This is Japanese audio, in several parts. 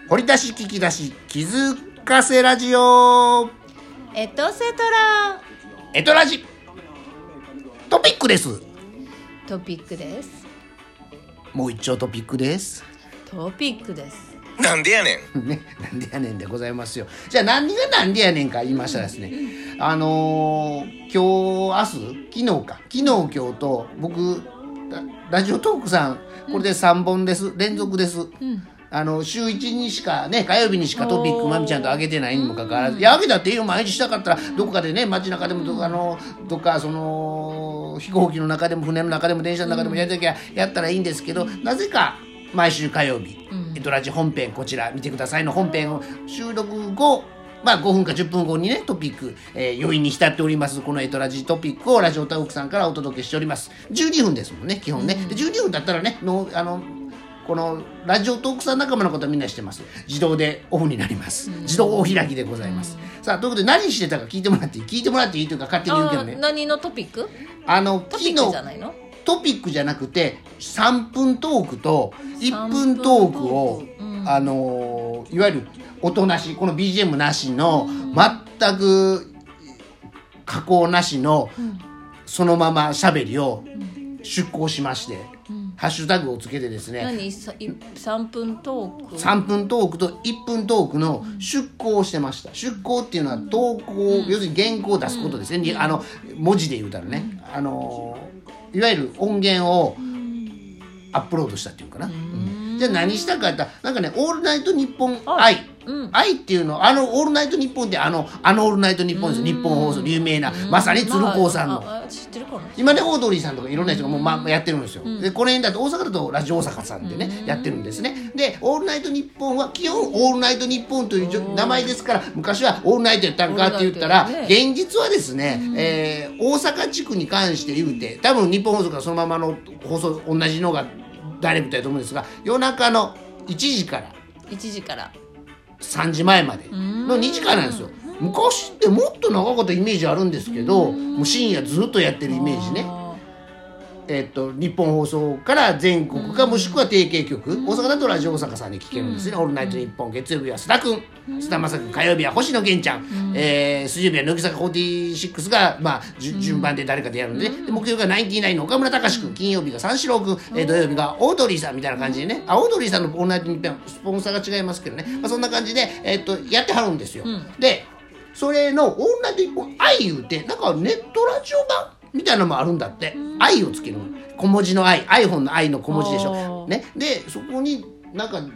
掘り出し聞き出し気づかせラジオエトセトラエトラジトピックです。 トピックです。 もう一丁トピックですトピックですなんでやねんね、なんでやねんでございますよ。じゃあ何がなんでやねんか言いましたらですね、今日明日昨日今日と僕ラジオトークさんこれで3本です、連続です、週1にしかね、火曜日にしかトピックまみちゃんと上げてないにもかかわらず、いや上げたっていいよ、毎日したかったらどこかでね、街中でもどっかその飛行機の中でも船の中でも電車の中でもやりたきゃやったらいいんですけど、なぜか毎週火曜日、エトラジ本編こちら見てくださいの本編を収録後、5分か10分後にねトピック、余韻に浸っておりますこのエトラジトピックをラジオトークさんからお届けしております。12分ですもんね基本ね、で12分だったらねこのラジオトークさん仲間のことはみんなしてます。自動でオフになります。自動お開きでございます。さあということで何してたか聞いてもらっていいというか勝手に言うけどね。 何のトピック？ トピックじゃないの？トピックじゃなくて3分トークと1分トークをいわゆる音なし、この BGM なしの全く加工なしのそのまま喋りを出稿しまして、ハッシュタグをつけてですね、 3分トーク 3分トークと1分トークの出稿をしてました。出稿っていうのは投稿、要するに原稿を出すことですね、文字で言うたらね、いわゆる音源をアップロードしたっていうかな、じゃあ何したかってなんかね、オールナイトニッポン愛っていうの、オールナイトニッポンってオールナイトニッポンですよ。日本放送有名な、まさに鶴光さんの、 知ってるかな。 今ねオードリーさんとかいろんな人がもう、やってるんですよ、でこの辺だと大阪だとラジオ大阪さんでね、やってるんですね。でオールナイトニッポンは基本オールナイトニッポンという名前ですから、昔はオールナイトやったんかって言ったら、現実はですね、大阪地区に関して言うて多分日本放送からそのままの放送同じのがダイレクトやと思うんですが、夜中の1時から3時前までの2時間なんですよ。昔ってもっと長かったイメージあるんですけど、もう深夜ずっとやってるイメージね。日本放送から全国かもしくは提携局、大阪だとラジオ大阪さんで聞けるんですね。オールナイトニッポン、月曜日は須田くん、須田正君、火曜日は星野源ちゃん、水曜日は乃木坂46が、順番で誰かでやるんで、で木曜日はナインティナインの岡村隆史君、金曜日が三四郎君、土曜日がオードリーさんみたいな感じでね、オードリーさんのオールナイトニッポンスポンサーが違いますけどね、そんな感じで、やってはるんですよ。でそれのオールナイトニッポン愛言うて、なんかネットラジオ版みたいなのもあるんだって。愛をつける小文字の愛、iPhone の愛の小文字でしょ、ね、でそこになんか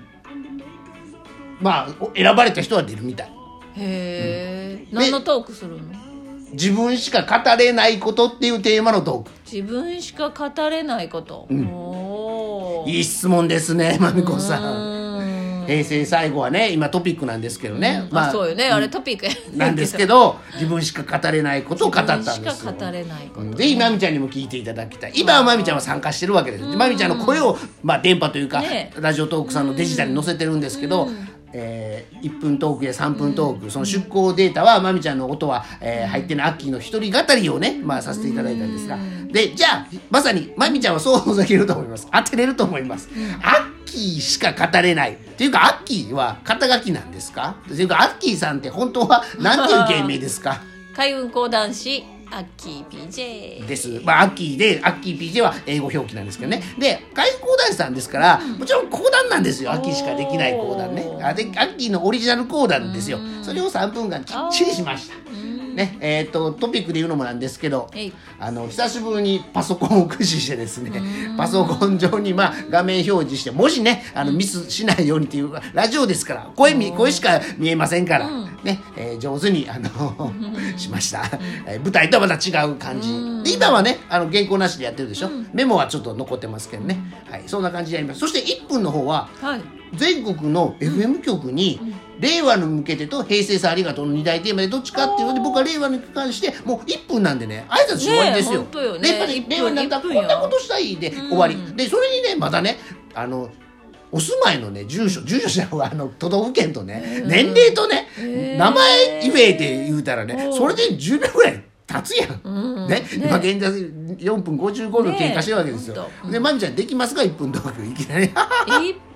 選ばれた人は出るみたい。 へえ、何のトークするの？ 自分しか語れないことっていうテーマのトーク。 自分しか語れないこと、 いい質問ですね、まみこさん。平成最後はね、今トピックなんですけどね、 そうよね、あれトピックなんですけど、自分しか語れないことを語ったんですよ。 自分しか語れないこと、 ぜひまみちゃんにも聞いていただきたい。今はまみちゃんは参加してるわけです。まみちゃんの声を、電波というか、ラジオトークさんのデジタルに載せてるんですけど、1分トークや3分トーク、その出稿データはまみちゃんの音は、入ってないアッキーの一人語りをね、させていただいたんですが、でじゃあまさにまみちゃんはそうできると思います。当てれると思います。アッキーしか語れないっていうか、アッキーは肩書きなんですかっていうか、アッキーさんって本当は何ていう芸名ですか？ 海運講談師アッキー PJ です。アッキー PJ は英語表記なんですけどね。で海運講談師さんですから、もちろん講談なんですよ。アッキーしかできない講談ね。でアッキーのオリジナル講談ですよ。それを3分間きっちりしました。ね、トピックで言うのもなんですけど、久しぶりにパソコンを駆使してですね、パソコン上に画面表示して、もしねミスしないようにっていう、ラジオですから声しか見えませんから、ね、上手にしました。舞台とはまた違う感じで、今はね原稿なしでやってるでしょ、メモはちょっと残ってますけどね、そんな感じでやります。そして1分の方は、全国の FM 局に、令和に向けてと平成さんありがとうの2大テーマでどっちかっていうので、僕は令和に関してもう1分なんでね、挨拶し終わりですよ。でやっぱり令和になったらこんなことしたいで終わりで、それにねまたねお住まいのね住所じゃ都道府県とね、年齢とね、名前言えって言うたらね、それで10秒ぐらい経つやん、ね、今現在4分55秒経過してるわけですよ。でまみちゃんできますか1分トークいきなり 1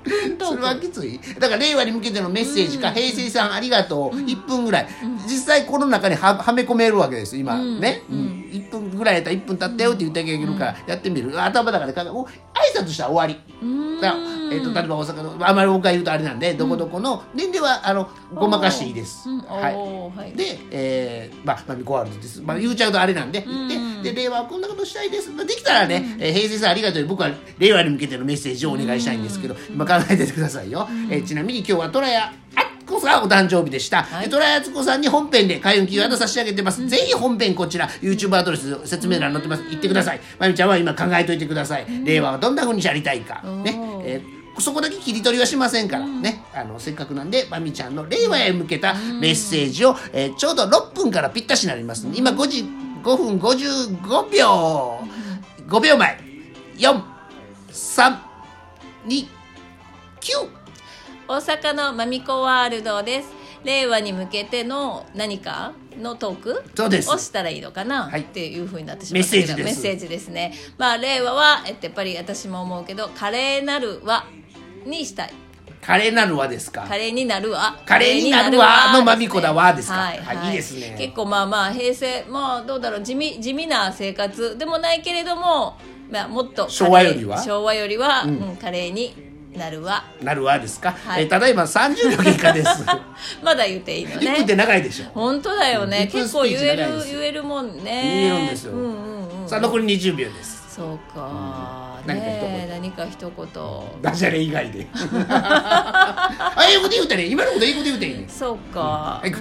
それはきつい。だから令和に向けてのメッセージか、平成さんありがとう、1分ぐらい、実際この中にはめ込めるわけです今、ね、1分ぐらいやったら1分経ったよって言ってあげるから、やってみる。頭の中で考え、もう挨拶したら終わり。だから例えば大阪の、あまり僕が言うとあれなんで、どこどこの年齢はごまかしていいです。はい。で、まみこワールドです。言っちゃうとあれなんで、で令和はこんなことしたいです。できたらね、平成さんありがとう。僕は令和に向けてのメッセージをお願いしたいんですけど、今考えててくださいよ。ちなみに今日は虎屋敦子さんお誕生日でした。虎屋敦子さんに本編で開運キーワード差し上げてます。ぜひ本編こちら YouTube アドレス説明欄載ってます。言ってください。まみちゃんは今考えといてください。令和はどんな風にやりたいかね。そこだけ切り取りはしませんからね、せっかくなんでまみちゃんの令和へ向けたメッセージを、ちょうど6分からぴったしになりますので、今5分55秒5秒前、4、3、2、9。 大阪のまみこワールドです。令和に向けての何かのトークをしたらいいのかな、っていう風になってしまったけど、メッセージですね。令和は、やっぱり私も思うけど、華麗なる和にしたい。 華麗なる和ですか。 華麗になる和。 華麗になる和のまみこだ和ですか。いいですね。 結構平成、どうだろう、地味な生活でもないけれども、もっと昭和よりは華麗になるわですか。ただいま30秒経過です。 まだ言っていいのね。 1分って長いでしょ。 本当だよね。結構言えるもんね。 言えるんですよ。さあ残り20秒です。 そうか。何か一言。 ダジャレ以外で。英語で言うてね。今のこと英語で言うていいね。 そうか。I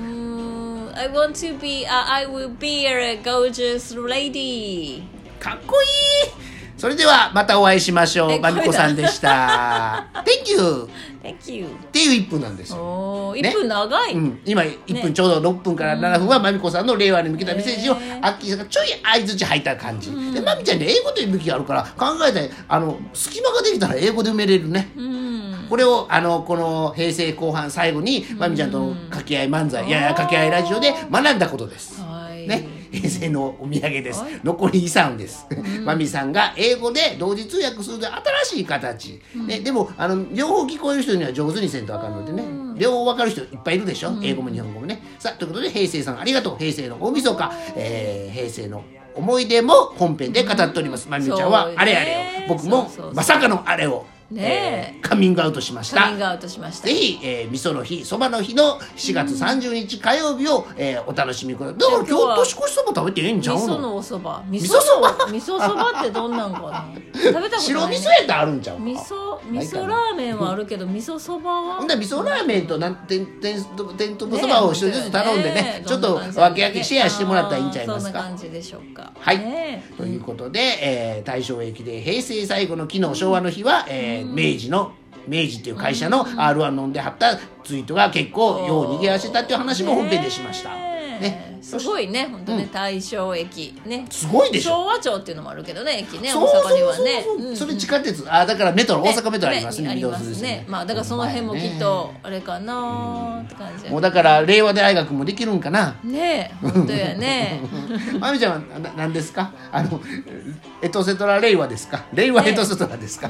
will be a gorgeous lady. かっこいい。それではまたお会いしましょう。まみこさんでした。Thank you っていう1分なんですよ。 1分長い。 今1分ちょうど6分から7分はまみこさんの令和に向けたメッセージをアッキーさんがちょい相づち入った感じで、まみちゃんに英語で言うべきがあるから考えて、隙間ができたら英語で埋めれるね。これをこの平成後半最後にまみちゃんと掛け合い漫才、掛け合いラジオで学んだことです。ね。平成のお土産です。残り3です。まみさんが英語で同時通訳すると新しい形、でも両方聞こえる人には上手にせんとあかんのでね、両方分かる人いっぱいいるでしょ、英語も日本語もね。さあということで平成さんありがとう。平成の大晦日、平成の思い出も本編で語っております。まみちゃんはあれあれを、僕もまさかのあれをカミングアウトしました。ぜひ、味噌の日、そばの日の4月30日火曜日を、お楽しみください。だから今日年越しそば食べてええんちゃうの。 味噌のおそば。 味噌そばってどんなんかな。食べたことない。 白味噌やったらあるんちゃうか。 味噌ラーメンはあるけど、味噌そばは。 味噌ラーメンと天とそばを一人ずつ頼んでね、ちょっと分けシェアしてもらったらいいんちゃいますか。 そんな感じでしょうか。 はい。ということで、大正駅で平成最後の昨日昭和の日は、明治っていう会社の R1 飲んではったツイートが結構よう逃げ合わせたっていう話も本編でしました。ね、 すごいね、本当ね、大正駅ね。 すごいでしょ。 昭和町っていうのもあるけどね、駅ね、大阪にはね。 それ地下鉄、だからメトロ、大阪メトロありますね。 ありますね。だからその辺もきっとあれかなって感じ。 もうだから令和大学もできるんかな。 ね、本当やね。 まみちゃんは何ですか。エトセトラ令和ですか。令和エトセトラですか。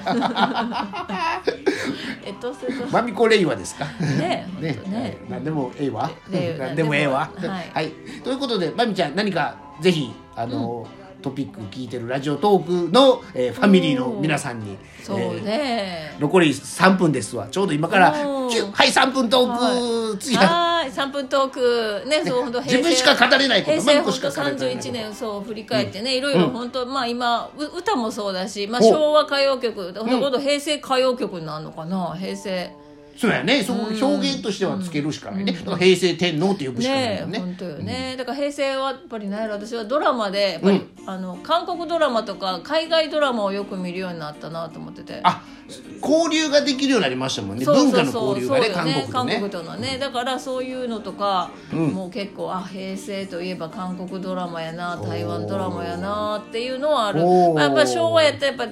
まみこ令和ですか。 ね、 何でもええわ。何でもええわ。はい。ということでまみちゃん何かぜひトピック聞いてるラジオトークの、ファミリーの皆さんに、 そうね、 残り3分ですわ。ちょうど今から3分トーク、次は3分トークね、そう本当自分しか語れないこと、 平成本当31年そう振り返ってね、いろいろ本当今歌もそうだし、昭和歌謡曲、今度平成歌謡曲になるのかな、平成。 そうやね、そこ表現としてはつけるしかないね。だから平成天皇って呼ぶしかないよね。 本当よね。だから平成はやっぱりね、私はドラマでやっぱり、韓国ドラマとか海外ドラマをよく見るようになったなと思ってて。 交流ができるようになりましたもんね。文化の交流がね、韓国とのね。だからそういうのとか、もう結構平成といえば韓国ドラマやな、台湾ドラマやなっていうのはある。やっぱ昭和やったらやっぱり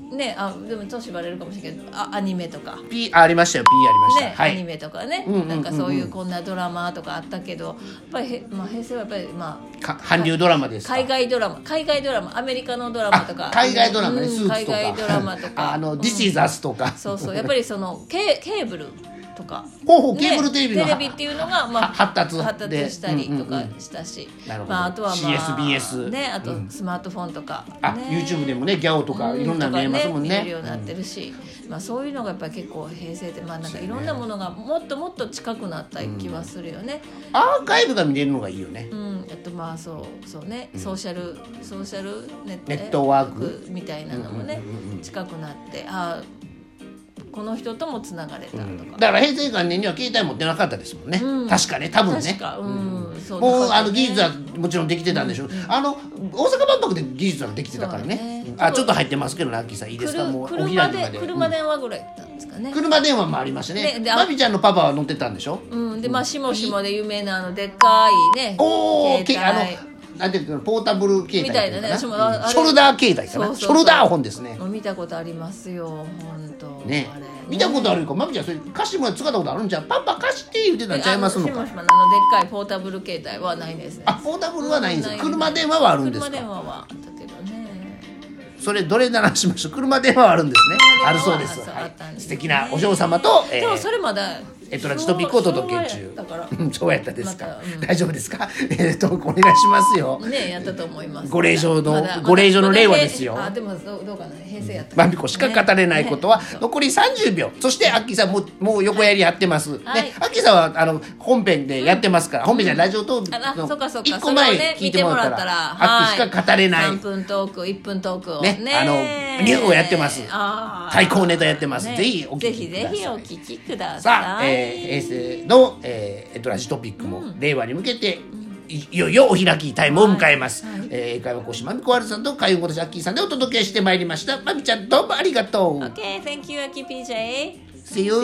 ね、でも年バレるかもしれないけど、アニメとか P ありましたよ、P ありました、 ね、 はい、 アニメとかね、なんかそういうこんなドラマとかあったけど、やっぱり平成はやっぱり韓流ドラマですか。 海外ドラマ、アメリカのドラマとか、 海外ドラマね、スーツとか、 海外ドラマとか This is Us とか、 そうやっぱりそのケーブルとか、 ケーブルテレビのテレビっていうのが発達したりとかしたし、あとは CSBS ね、あとスマートフォンとか、 YouTube でもね、ギャオとかいろんな見えますもんね。 見えるようになってるし、そういうのがやっぱり結構平成で、なんかいろんなものがもっともっと近くなった気はするよね。 アーカイブが見れるのがいいよね。 そうね、ソーシャルネットワークみたいなのもね、近くなって、この人ともつながれたとか。 だから平成元年には携帯持ってなかったですもんね、確かね、多分ね。もう技術はもちろんできてたんでしょう。大阪万博で技術はできてたからね。ちょっと入ってますけど、ラッキーさんいいですか。もうお開きまで車電話ぐらいだったんですかね。 車電話もありましたね。まみちゃんのパパは乗ってたんでしょ。 でしもしもで有名なでっかいね、 なんていうかポータブル携帯みたいなね、ショルダー携帯かな、ショルダー本ですね。 見たことありますよ、本当ね。見たことあるか、まみちゃんそれ貸してもらって使ったことあるんじゃん。パパ貸して言ってたんちゃいますのか。 でっかいポータブル携帯はないですね。 ポータブルはないんですよ。車電話はあるんですか。 車電話はあったけどね。 それどれ鳴らしましょう。車電話はあるんですね。あるそうです。素敵なお嬢様とでもそれまだラジトピックをお届け中。そうやったですか。大丈夫ですか。お願いしますよ。 ね、やったと思います。 ご令嬢の令和ですよ。 でもどうかな、平成やった。 まみこしか語れないことは残り30秒。そしてアッキーさんもう横やりやってます。ね、アッキーさんは本編でやってますから、本編じゃラジオトークの1個前聞いてもらったら、アッキーしか語れない。 3分トーク、1分トークをね、ニューをやってます。対抗ネタやってます。ぜひお聞きください。 ぜひお聞きください。 さあ、平成のラジトピックも令和に向けていよいよお開きタイムを迎えます。英会話講師まみこわるさんと開運講師アッキーさんでお届けしてまいりました。まみちゃんどうもありがとう。 Okay, thank you, Aki PJ. See you.